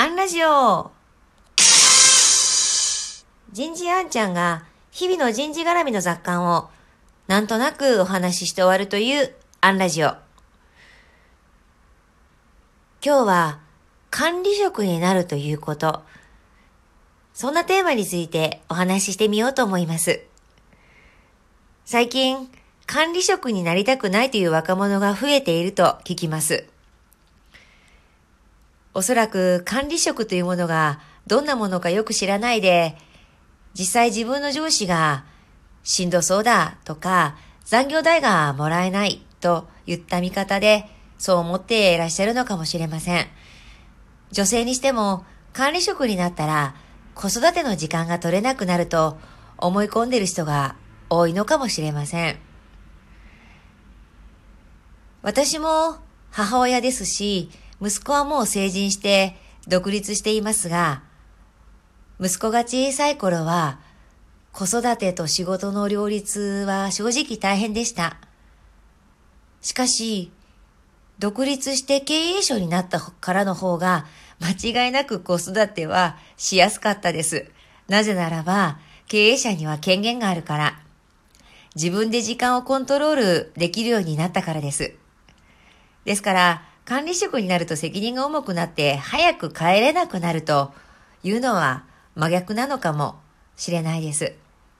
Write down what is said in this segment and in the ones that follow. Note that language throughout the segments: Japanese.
アンラジオ。人事アンちゃんが日々の人事絡みの雑感をなんとなくお話しして終わるというアンラジオ。今日は管理職になるということ、そんなテーマについてお話ししてみようと思います。最近管理職になりたくないという若者が増えていると聞きます。おそらく管理職というものがどんなものかよく知らないで、実際自分の上司がしんどそうだとか残業代がもらえないといった見方でそう思っていらっしゃるのかもしれません。女性にしても管理職になったら子育ての時間が取れなくなると思い込んでいる人が多いのかもしれません。私も母親ですし、息子はもう成人して独立していますが、息子が小さい頃は子育てと仕事の両立は正直大変でした。しかし、独立して経営者になったからの方が間違いなく子育てはしやすかったです。なぜならば、経営者には権限があるから、自分で時間をコントロールできるようになったからです。ですから、管理職になると責任が重くなって早く帰れなくなるというのは真逆なのかもしれないです。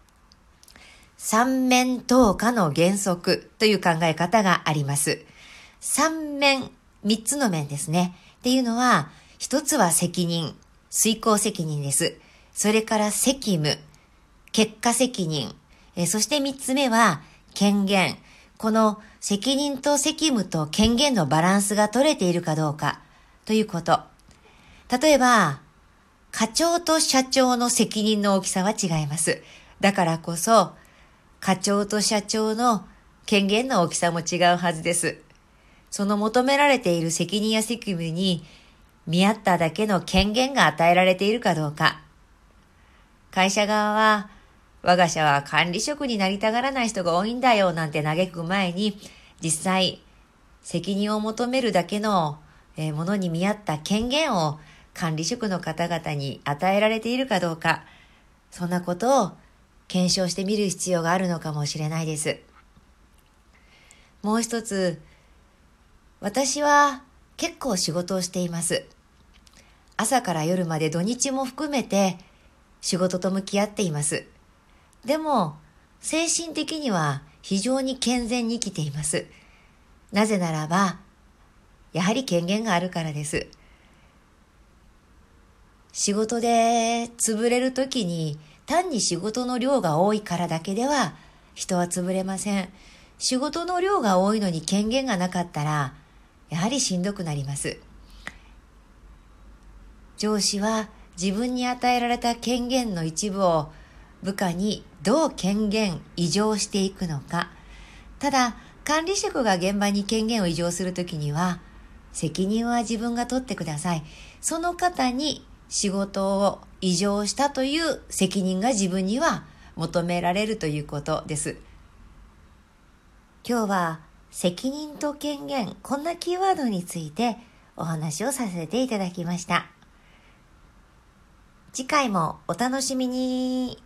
三面投下の原則という考え方があります。三面、三つの面ですね。っていうのは、一つは責任、遂行責任です。それから責務、結果責任、そして三つ目は権限。この責任と責務と権限のバランスが取れているかどうかということ。例えば、課長と社長の責任の大きさは違います。だからこそ、課長と社長の権限の大きさも違うはずです。その求められている責任や責務に見合っただけの権限が与えられているかどうか。会社側は、我が社は管理職になりたがらない人が多いんだよなんて嘆く前に、実際責任を求めるだけのものに見合った権限を管理職の方々に与えられているかどうか、そんなことを検証してみる必要があるのかもしれないです。もう一つ、私は結構仕事をしています。朝から夜まで土日も含めて仕事と向き合っています。でも、精神的には非常に健全に生きています。なぜならば、やはり権限があるからです。仕事で潰れるときに、単に仕事の量が多いからだけでは人は潰れません。仕事の量が多いのに権限がなかったら、やはりしんどくなります。上司は自分に与えられた権限の一部を部下にどう権限移譲していくのか。ただ、管理職が現場に権限を移譲するときには、責任は自分が取ってください。その方に仕事を移譲したという責任が自分には求められるということです。今日は責任と権限、こんなキーワードについてお話をさせていただきました。次回もお楽しみに。